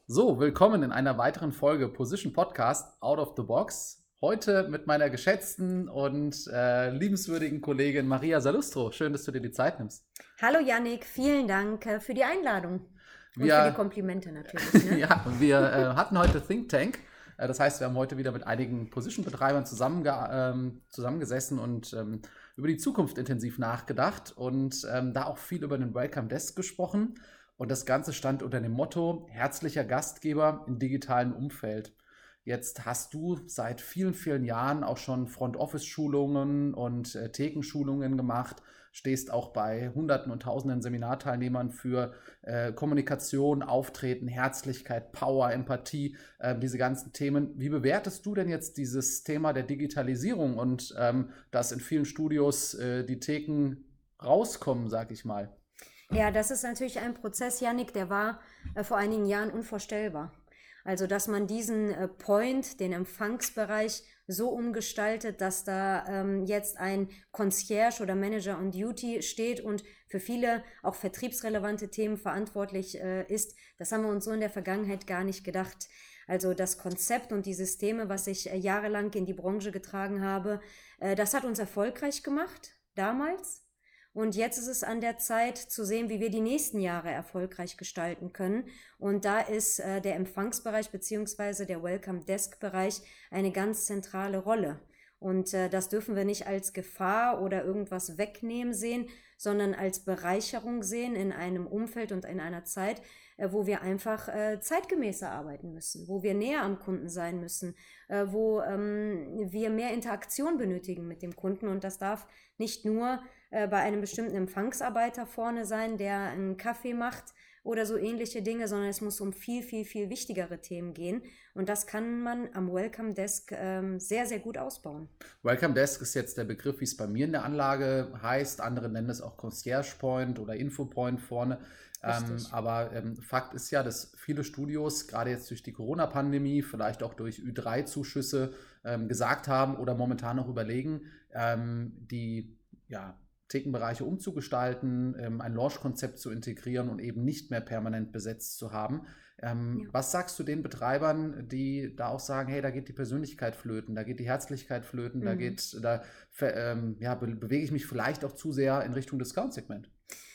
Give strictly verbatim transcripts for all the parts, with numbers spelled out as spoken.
So, willkommen in einer weiteren Folge Position Podcast Out of the Box. Heute mit meiner geschätzten und äh, liebenswürdigen Kollegin Maria Salustro. Schön, dass du dir die Zeit nimmst. Hallo Yannick, vielen Dank äh, für die Einladung und Wir, für die Komplimente natürlich. Ne? ja, wir äh, hatten heute Think Tank. Äh, das heißt, wir haben heute wieder mit einigen Position-Betreibern zusammenge ähm, zusammengesessen und ähm, über die Zukunft intensiv nachgedacht und ähm, da auch viel über den Welcome Desk gesprochen. Und das Ganze stand unter dem Motto herzlicher Gastgeber im digitalen Umfeld. Jetzt hast du seit vielen, vielen Jahren auch schon Front-Office-Schulungen und äh, Thekenschulungen gemacht, stehst auch bei Hunderten und Tausenden Seminarteilnehmern für äh, Kommunikation, Auftreten, Herzlichkeit, Power, Empathie, äh, diese ganzen Themen. Wie bewertest du denn jetzt dieses Thema der Digitalisierung und ähm, dass in vielen Studios äh, die Theken rauskommen, sag ich mal? Ja, das ist natürlich ein Prozess, Yannick, der war äh, vor einigen Jahren unvorstellbar. Also, dass man diesen äh, Point, den Empfangsbereich, so umgestaltet, dass da ähm, jetzt ein Concierge oder Manager on Duty steht und für viele auch vertriebsrelevante Themen verantwortlich äh, ist, das haben wir uns so in der Vergangenheit gar nicht gedacht. Also das Konzept und die Systeme, was ich äh, jahrelang in die Branche getragen habe, äh, das hat uns erfolgreich gemacht, damals. Und jetzt ist es an der Zeit zu sehen, wie wir die nächsten Jahre erfolgreich gestalten können. Und da ist äh, der Empfangsbereich beziehungsweise der Welcome Desk Bereich eine ganz zentrale Rolle. Und äh, das dürfen wir nicht als Gefahr oder irgendwas wegnehmen sehen, sondern als Bereicherung sehen in einem Umfeld und in einer Zeit, äh, wo wir einfach äh, zeitgemäßer arbeiten müssen, wo wir näher am Kunden sein müssen, äh, wo ähm, wir mehr Interaktion benötigen mit dem Kunden. Und das darf nicht nur äh, bei einem bestimmten Empfangsarbeiter vorne sein, der einen Kaffee macht oder so ähnliche Dinge, sondern es muss um viel, viel, viel wichtigere Themen gehen. Und das kann man am Welcome Desk ähm, sehr, sehr gut ausbauen. Welcome Desk ist jetzt der Begriff, wie es bei mir in der Anlage heißt. Andere nennen es auch Concierge Point oder Info Point vorne. Ähm, aber ähm, Fakt ist ja, dass viele Studios, gerade jetzt durch die Corona-Pandemie, vielleicht auch durch Ü drei Zuschüsse ähm, gesagt haben oder momentan noch überlegen, ähm, die ja, Thekenbereiche umzugestalten, ähm, ein Launch-Konzept zu integrieren und eben nicht mehr permanent besetzt zu haben. Ähm, ja. Was sagst du den Betreibern, die da auch sagen, hey, da geht die Persönlichkeit flöten, da geht die Herzlichkeit flöten, mhm. da geht, da ähm, ja, be- bewege ich mich vielleicht auch zu sehr in Richtung Discount-Segment?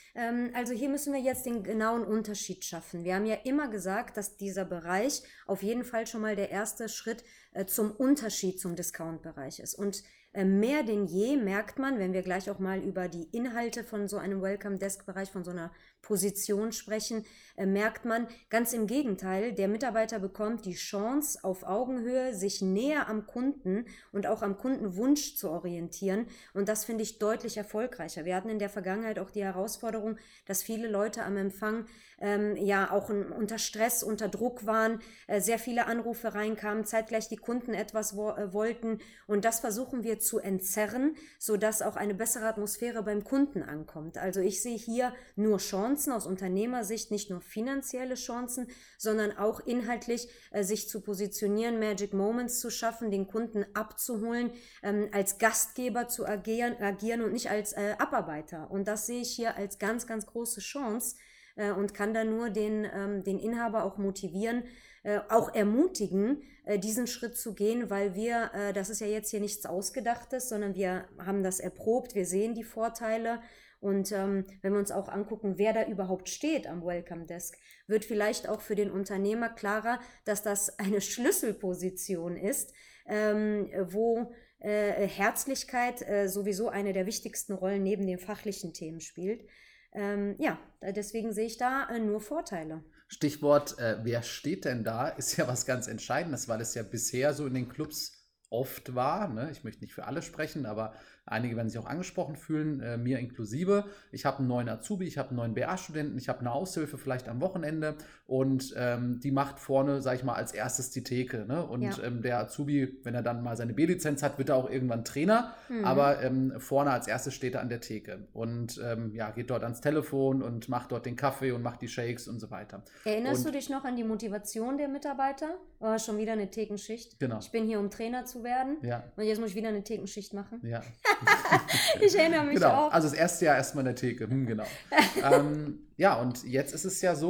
Also hier müssen wir jetzt den genauen Unterschied schaffen. Wir haben ja immer gesagt, dass dieser Bereich auf jeden Fall schon mal der erste Schritt äh, zum Unterschied zum Discount-Bereich ist. Und äh, mehr denn je merkt man, wenn wir gleich auch mal über die Inhalte von so einem Welcome-Desk-Bereich, von so einer Position sprechen, äh, merkt man ganz im Gegenteil, der Mitarbeiter bekommt die Chance, auf Augenhöhe sich näher am Kunden und auch am Kundenwunsch zu orientieren. Und das finde ich deutlich erfolgreicher. Wir hatten in der Vergangenheit auch die Herausforderung, dass viele Leute am Empfang ähm, ja auch in, unter Stress, unter Druck waren, äh, sehr viele Anrufe reinkamen, zeitgleich die Kunden etwas wo, äh, wollten und das versuchen wir zu entzerren, sodass auch eine bessere Atmosphäre beim Kunden ankommt. Also ich sehe hier nur Chancen aus Unternehmersicht, nicht nur finanzielle Chancen, sondern auch inhaltlich äh, sich zu positionieren, Magic Moments zu schaffen, den Kunden abzuholen, ähm, als Gastgeber zu agieren, agieren und nicht als äh, Abarbeiter. Und das sehe ich hier als ganz, ganz große Chance äh, und kann da nur den, ähm, den Inhaber auch motivieren, äh, auch ermutigen, äh, diesen Schritt zu gehen, weil wir, äh, das ist ja jetzt hier nichts Ausgedachtes, sondern wir haben das erprobt, wir sehen die Vorteile. Und ähm, wenn wir uns auch angucken, wer da überhaupt steht am Welcome Desk, wird vielleicht auch für den Unternehmer klarer, dass das eine Schlüsselposition ist, ähm, wo äh, Herzlichkeit äh, sowieso eine der wichtigsten Rollen neben den fachlichen Themen spielt. Ähm, ja, deswegen sehe ich da äh, nur Vorteile. Stichwort, äh, wer steht denn da, ist ja was ganz Entscheidendes, weil es ja bisher so in den Clubs oft war, ne? Ich möchte nicht für alle sprechen, aber einige werden sich auch angesprochen fühlen, äh, mir inklusive. Ich habe einen neuen Azubi, ich habe einen neuen B A-Studenten, ich habe eine Aushilfe vielleicht am Wochenende und ähm, die macht vorne, sage ich mal, als erstes die Theke. Ne? Und ja. ähm, der Azubi, wenn er dann mal seine B-Lizenz hat, wird er auch irgendwann Trainer, mhm. aber ähm, vorne als erstes steht er an der Theke und ähm, ja, geht dort ans Telefon und macht dort den Kaffee und macht die Shakes und so weiter. Erinnerst und, du dich noch an die Motivation der Mitarbeiter? Oh, schon wieder eine Thekenschicht. Genau. Ich bin hier, um Trainer zu werden ja. und jetzt muss ich wieder eine Thekenschicht machen. Ja. Ich erinnere mich genau. auch. Also das erste Jahr erstmal in der Theke, hm, genau. ähm, ja, und jetzt ist es ja so,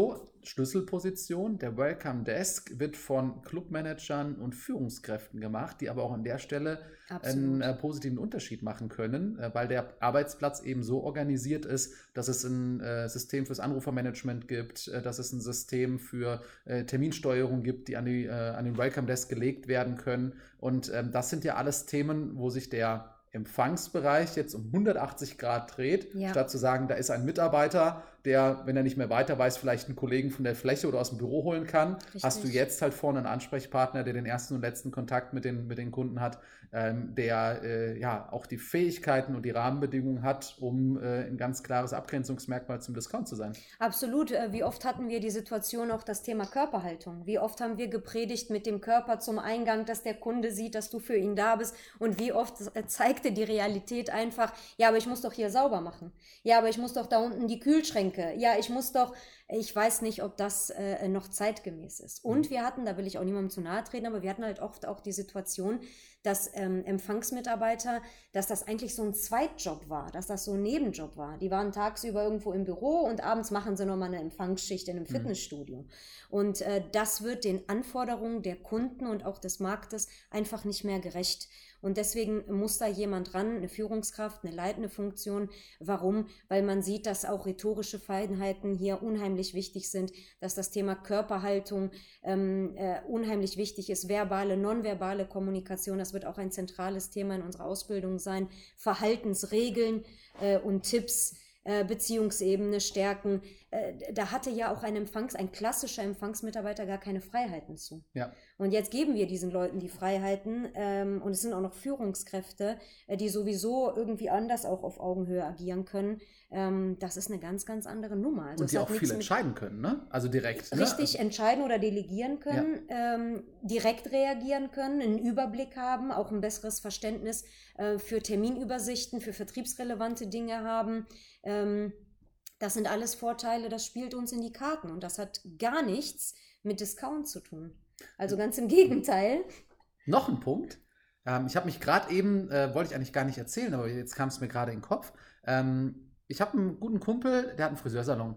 Schlüsselposition. Der Welcome Desk wird von Clubmanagern und Führungskräften gemacht, die aber auch an der Stelle einen äh, positiven Unterschied machen können, äh, weil der Arbeitsplatz eben so organisiert ist, dass es ein äh, System fürs Anrufermanagement gibt, äh, dass es ein System für äh, Terminsteuerung gibt, die an, die, äh, an den Welcome Desk gelegt werden können. Und ähm, das sind ja alles Themen, wo sich der Empfangsbereich jetzt um hundertachtzig Grad dreht, ja. Statt zu sagen, da ist ein Mitarbeiter, der, wenn er nicht mehr weiter weiß, vielleicht einen Kollegen von der Fläche oder aus dem Büro holen kann. Richtig. Hast du jetzt halt vorne einen Ansprechpartner, der den ersten und letzten Kontakt mit den, mit den Kunden hat, ähm, der äh, ja auch die Fähigkeiten und die Rahmenbedingungen hat, um äh, ein ganz klares Abgrenzungsmerkmal zum Discount zu sein. Absolut. Wie oft hatten wir die Situation, auch das Thema Körperhaltung? Wie oft haben wir gepredigt mit dem Körper zum Eingang, dass der Kunde sieht, dass du für ihn da bist? Und wie oft zeigte die Realität einfach, ja, aber ich muss doch hier sauber machen. Ja, aber ich muss doch da unten die Kühlschränke. Ja, ich muss doch, ich weiß nicht, ob das äh, noch zeitgemäß ist. Und wir hatten, da will ich auch niemandem zu nahe treten, aber wir hatten halt oft auch die Situation, dass ähm, Empfangsmitarbeiter, dass das eigentlich so ein Zweitjob war, dass das so ein Nebenjob war. Die waren tagsüber irgendwo im Büro und abends machen sie nochmal eine Empfangsschicht in einem Fitnessstudio. Mhm. Und äh, das wird den Anforderungen der Kunden und auch des Marktes einfach nicht mehr gerecht. Und deswegen muss da jemand ran, eine Führungskraft, eine leitende Funktion. Warum? Weil man sieht, dass auch rhetorische Feinheiten hier unheimlich wichtig sind, dass das Thema Körperhaltung ähm, äh, unheimlich wichtig ist, verbale, nonverbale Kommunikation, das wird auch ein zentrales Thema in unserer Ausbildung sein, Verhaltensregeln äh, und Tipps, äh, Beziehungsebene stärken. Äh, da hatte ja auch ein Empfangs-, ein klassischer Empfangsmitarbeiter gar keine Freiheiten zu. Ja. Und jetzt geben wir diesen Leuten die Freiheiten ähm, und es sind auch noch Führungskräfte, äh, die sowieso irgendwie anders auch auf Augenhöhe agieren können. Ähm, das ist eine ganz, ganz andere Nummer. Also und die auch viel entscheiden können, ne? Also direkt. Richtig ne? entscheiden oder delegieren können, ja. ähm, direkt reagieren können, einen Überblick haben, auch ein besseres Verständnis äh, für Terminübersichten, für vertriebsrelevante Dinge haben. Ähm, das sind alles Vorteile, das spielt uns in die Karten und das hat gar nichts mit Discount zu tun. Also ganz im Gegenteil. Noch ein Punkt. Ähm, ich habe mich gerade eben, äh, wollte ich eigentlich gar nicht erzählen, aber jetzt kam es mir gerade in den Kopf. Ähm, ich habe einen guten Kumpel, der hat einen Friseursalon.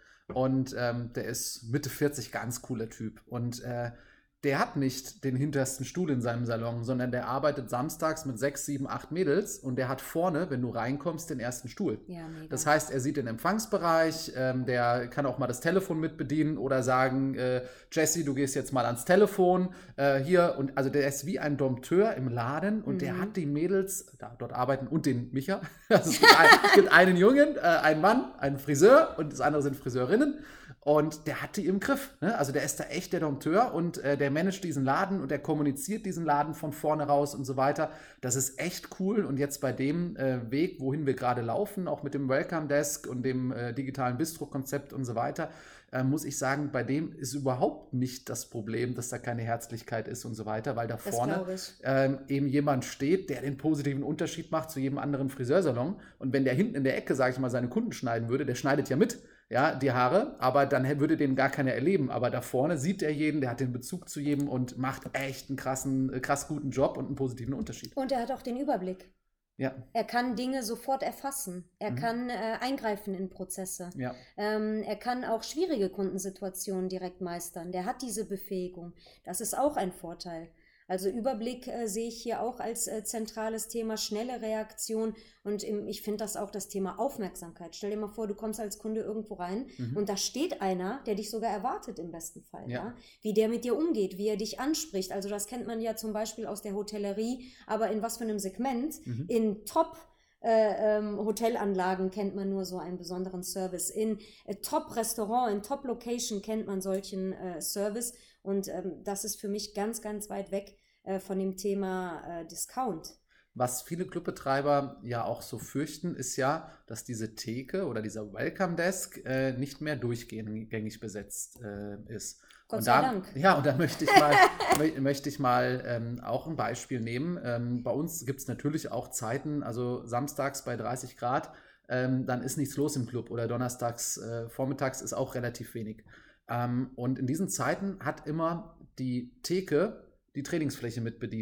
Und ähm, der ist Mitte vierzig, ganz cooler Typ. Und äh, der hat nicht den hintersten Stuhl in seinem Salon, sondern der arbeitet samstags mit sechs, sieben, acht Mädels und der hat vorne, wenn du reinkommst, den ersten Stuhl. Ja, mega. Das heißt, er sieht den Empfangsbereich, ähm, der kann auch mal das Telefon mitbedienen oder sagen, äh, Jesse, du gehst jetzt mal ans Telefon, äh, hier. Und also der ist wie ein Dompteur im Laden und mhm. der hat die Mädels, da, dort arbeiten und den Micha. Also es gibt, ein, es gibt einen Jungen, äh, einen Mann, einen Friseur und das andere sind Friseurinnen. Und der hat die im Griff. Ne? Also der ist da echt der Dompteur und äh, der managt diesen Laden und der kommuniziert diesen Laden von vorne raus und so weiter. Das ist echt cool. Und jetzt bei dem äh, Weg, wohin wir gerade laufen, auch mit dem Welcome Desk und dem äh, digitalen Bistro-Konzept und so weiter, äh, muss ich sagen, bei dem ist überhaupt nicht das Problem, dass da keine Herzlichkeit ist und so weiter, weil da vorne äh, eben jemand steht, der den positiven Unterschied macht zu jedem anderen Friseursalon. Und wenn der hinten in der Ecke, sage ich mal, seine Kunden schneiden würde, der schneidet ja mit. Ja, die Haare, aber dann würde den gar keiner erleben. Aber da vorne sieht er jeden, der hat den Bezug zu jedem und macht echt einen krassen, krass guten Job und einen positiven Unterschied. Und er hat auch den Überblick. Ja. Er kann Dinge sofort erfassen. Er mhm. kann äh, eingreifen in Prozesse. Ja. Ähm, er kann auch schwierige Kundensituationen direkt meistern. Der hat diese Befähigung. Das ist auch ein Vorteil. Also Überblick äh, sehe ich hier auch als äh, zentrales Thema, schnelle Reaktion und im, ich finde das auch das Thema Aufmerksamkeit. Stell dir mal vor, du kommst als Kunde irgendwo rein mhm. und da steht einer, der dich sogar erwartet im besten Fall. Ja. Ja? Wie der mit dir umgeht, wie er dich anspricht. Also das kennt man ja zum Beispiel aus der Hotellerie, aber in was für einem Segment? Mhm. In Top- Äh, ähm, Hotelanlagen kennt man nur so einen besonderen Service. In äh, Top-Restaurant, in Top-Location kennt man solchen äh, Service und ähm, das ist für mich ganz, ganz weit weg äh, von dem Thema äh, Discount. Was viele Clubbetreiber ja auch so fürchten, ist ja, dass diese Theke oder dieser Welcome Desk äh, nicht mehr durchgängig besetzt äh, ist. Gott und sei da, Dank. Ja, und da möchte ich mal, möchte ich mal ähm, auch ein Beispiel nehmen. Ähm, bei uns gibt es natürlich auch Zeiten, also samstags bei dreißig Grad, ähm, dann ist nichts los im Club oder donnerstags äh, vormittags ist auch relativ wenig. Ähm, und in diesen Zeiten hat immer die Theke die Trainingsfläche mitbedient.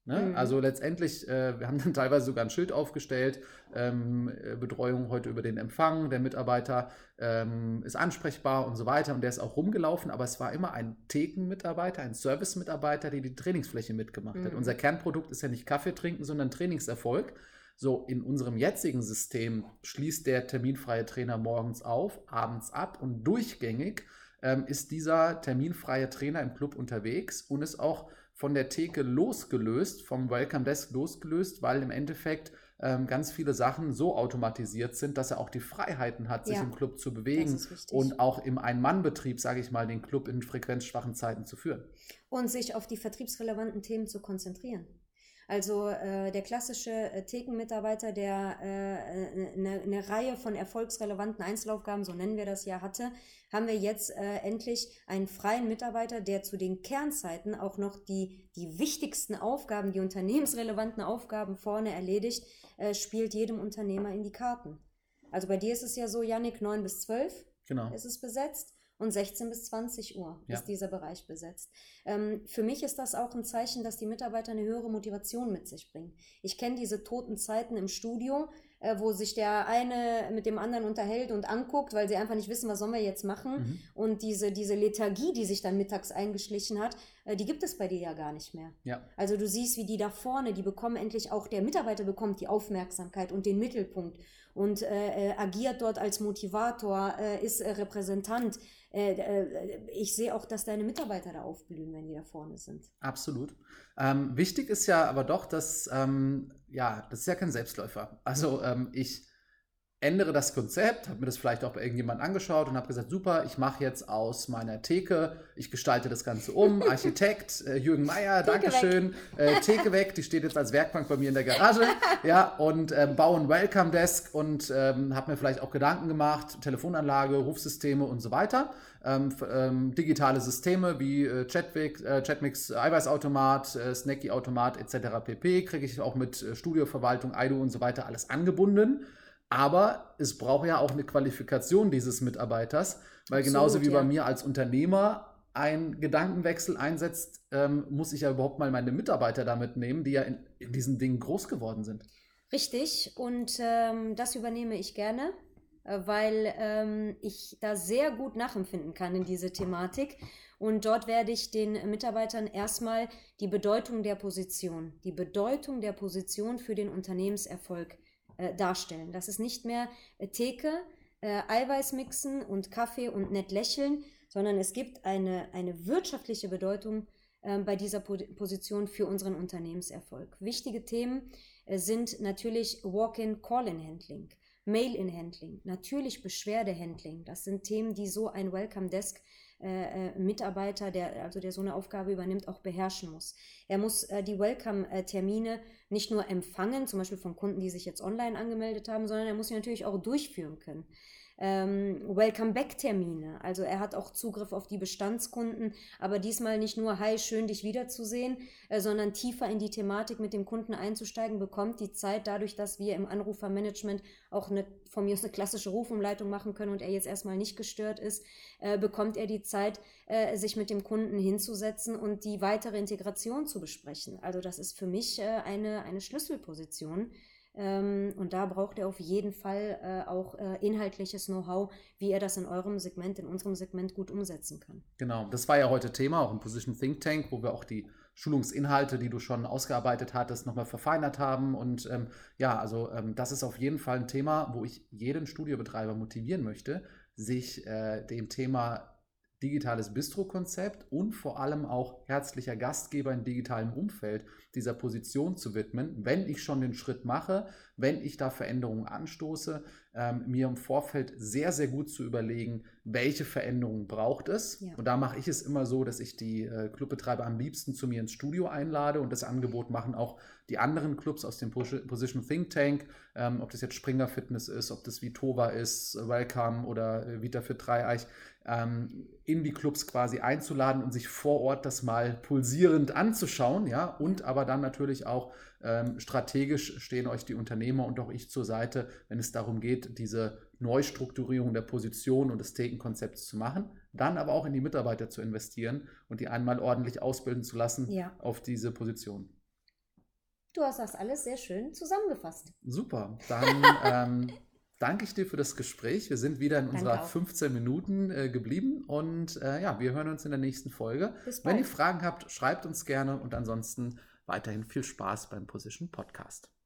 Ne? Mhm. Also letztendlich, äh, wir haben dann teilweise sogar ein Schild aufgestellt, ähm, äh, Betreuung heute über den Empfang, der Mitarbeiter ähm, ist ansprechbar und so weiter und der ist auch rumgelaufen, aber es war immer ein Thekenmitarbeiter, ein Service-Mitarbeiter, der die Trainingsfläche mitgemacht hat. Mhm. Unser Kernprodukt ist ja nicht Kaffee trinken, sondern Trainingserfolg. So, in unserem jetzigen System schließt der terminfreie Trainer morgens auf, abends ab und durchgängig ähm, ist dieser terminfreie Trainer im Club unterwegs und ist auch von der Theke losgelöst, vom Welcome Desk losgelöst, weil im Endeffekt ähm, ganz viele Sachen so automatisiert sind, dass er auch die Freiheiten hat, sich Ja, im Club zu das bewegen ist wichtig. und auch im Ein-Mann-Betrieb, sage ich mal, den Club in frequenzschwachen Zeiten zu führen. Und sich auf die vertriebsrelevanten Themen zu konzentrieren. Also äh, der klassische äh, Thekenmitarbeiter, der eine äh, ne, ne Reihe von erfolgsrelevanten Einzelaufgaben, so nennen wir das ja, hatte, haben wir jetzt äh, endlich einen freien Mitarbeiter, der zu den Kernzeiten auch noch die, die wichtigsten Aufgaben, die unternehmensrelevanten Aufgaben vorne erledigt, äh, spielt jedem Unternehmer in die Karten. Also bei dir ist es ja so, Jannik, neun bis zwölf Genau. ist es besetzt. Und sechzehn bis zwanzig Uhr Ja. ist dieser Bereich besetzt. Ähm, für mich ist das auch ein Zeichen, dass die Mitarbeiter eine höhere Motivation mit sich bringen. Ich kenne diese toten Zeiten im Studio, äh, wo sich der eine mit dem anderen unterhält und anguckt, weil sie einfach nicht wissen, was sollen wir jetzt machen. Mhm. Und diese, diese Lethargie, die sich dann mittags eingeschlichen hat, äh, die gibt es bei dir ja gar nicht mehr. Ja. Also du siehst, wie die da vorne, die bekommen endlich auch, der Mitarbeiter bekommt die Aufmerksamkeit und den Mittelpunkt und äh, äh, agiert dort als Motivator, äh, ist äh, Repräsentant. Äh, äh, ich sehe auch, dass deine Mitarbeiter da aufblühen, wenn die da vorne sind. Absolut. Ähm, wichtig ist ja aber doch, dass, ähm, ja, das ist ja kein Selbstläufer. Also ähm, ich ändere das Konzept, habe mir das vielleicht auch bei irgendjemandem angeschaut und habe gesagt, super, ich mache jetzt aus meiner Theke, ich gestalte das Ganze um, Architekt äh, Jürgen Meier, Dankeschön, äh, Theke weg, die steht jetzt als Werkbank bei mir in der Garage, ja, und äh, baue ein Welcome Desk und ähm, habe mir vielleicht auch Gedanken gemacht, Telefonanlage, Rufsysteme und so weiter, ähm, ähm, digitale Systeme wie äh, Chatmix, äh, Chatmix Eiweißautomat, äh, Snacky-Automat et cetera pp. Kriege ich auch mit äh, Studioverwaltung, I D O und so weiter alles angebunden. Aber es braucht ja auch eine Qualifikation dieses Mitarbeiters, weil Absolut, genauso wie ja. bei mir als Unternehmer ein Gedankenwechsel einsetzt, ähm, muss ich ja überhaupt mal meine Mitarbeiter damit nehmen, die ja in, in diesen Dingen groß geworden sind. Richtig, und ähm, das übernehme ich gerne, äh, weil ähm, ich da sehr gut nachempfinden kann in diese Thematik. Und dort werde ich den Mitarbeitern erstmal die Bedeutung der Position, die Bedeutung der Position für den Unternehmenserfolg äh, darstellen. Das ist nicht mehr äh, Theke, äh, Eiweiß mixen und Kaffee und nett lächeln, sondern es gibt eine, eine wirtschaftliche Bedeutung äh, bei dieser po Position für unseren Unternehmenserfolg. Wichtige Themen äh, sind natürlich Walk-in, Call-in-Handling, Mail-in-Handling, natürlich Beschwerdehandling. Das sind Themen, die so ein Welcome Desk Äh, Mitarbeiter, der also der so eine Aufgabe übernimmt, auch beherrschen muss. Er muss äh, die Welcome-Termine nicht nur empfangen, zum Beispiel von Kunden, die sich jetzt online angemeldet haben, sondern er muss sie natürlich auch durchführen können. Ähm, Welcome-Back-Termine, also er hat auch Zugriff auf die Bestandskunden, aber diesmal nicht nur, hi, schön dich wiederzusehen, äh, sondern tiefer in die Thematik mit dem Kunden einzusteigen, bekommt die Zeit dadurch, dass wir im Anrufermanagement auch eine, von mir aus eine klassische Rufumleitung machen können und er jetzt erstmal nicht gestört ist, äh, bekommt er die Zeit, äh, sich mit dem Kunden hinzusetzen und die weitere Integration zu besprechen. Also das ist für mich äh, eine, eine Schlüsselposition. Ähm, und da braucht er auf jeden Fall äh, auch äh, inhaltliches Know-how, wie er das in eurem Segment, in unserem Segment gut umsetzen kann. Genau, das war ja heute Thema, auch im Position Think Tank, wo wir auch die Schulungsinhalte, die du schon ausgearbeitet hattest, nochmal verfeinert haben. Und ähm, ja, also ähm, das ist auf jeden Fall ein Thema, wo ich jeden Studiobetreiber motivieren möchte, sich äh, dem Thema digitales Bistro-Konzept und vor allem auch herzlicher Gastgeber in digitalem Umfeld dieser Position zu widmen, wenn ich schon den Schritt mache, wenn ich da Veränderungen anstoße, ähm, mir im Vorfeld sehr, sehr gut zu überlegen, welche Veränderungen braucht es. Ja. Und da mache ich es immer so, dass ich die äh, Clubbetreiber am liebsten zu mir ins Studio einlade und das Angebot machen auch die anderen Clubs aus dem Position Think Tank, ähm, ob das jetzt Springer Fitness ist, ob das Vitova ist, Welcome oder äh, VitaFit Dreieich, ähm, in die Clubs quasi einzuladen und sich vor Ort das mal pulsierend anzuschauen, ja, und aber dann natürlich auch ähm, strategisch stehen euch die Unternehmer und auch ich zur Seite, wenn es darum geht, diese Neustrukturierung der Position und des Thekenkonzepts zu machen, dann aber auch in die Mitarbeiter zu investieren und die einmal ordentlich ausbilden zu lassen, ja, auf diese Position. Du hast das alles sehr schön zusammengefasst. Super, dann ähm, danke ich dir für das Gespräch. Wir sind wieder in Danke unserer auch. fünfzehn Minuten äh, geblieben und äh, ja, wir hören uns in der nächsten Folge. Bis Wenn bald. ihr Fragen habt, schreibt uns gerne und ansonsten weiterhin viel Spaß beim Position Podcast.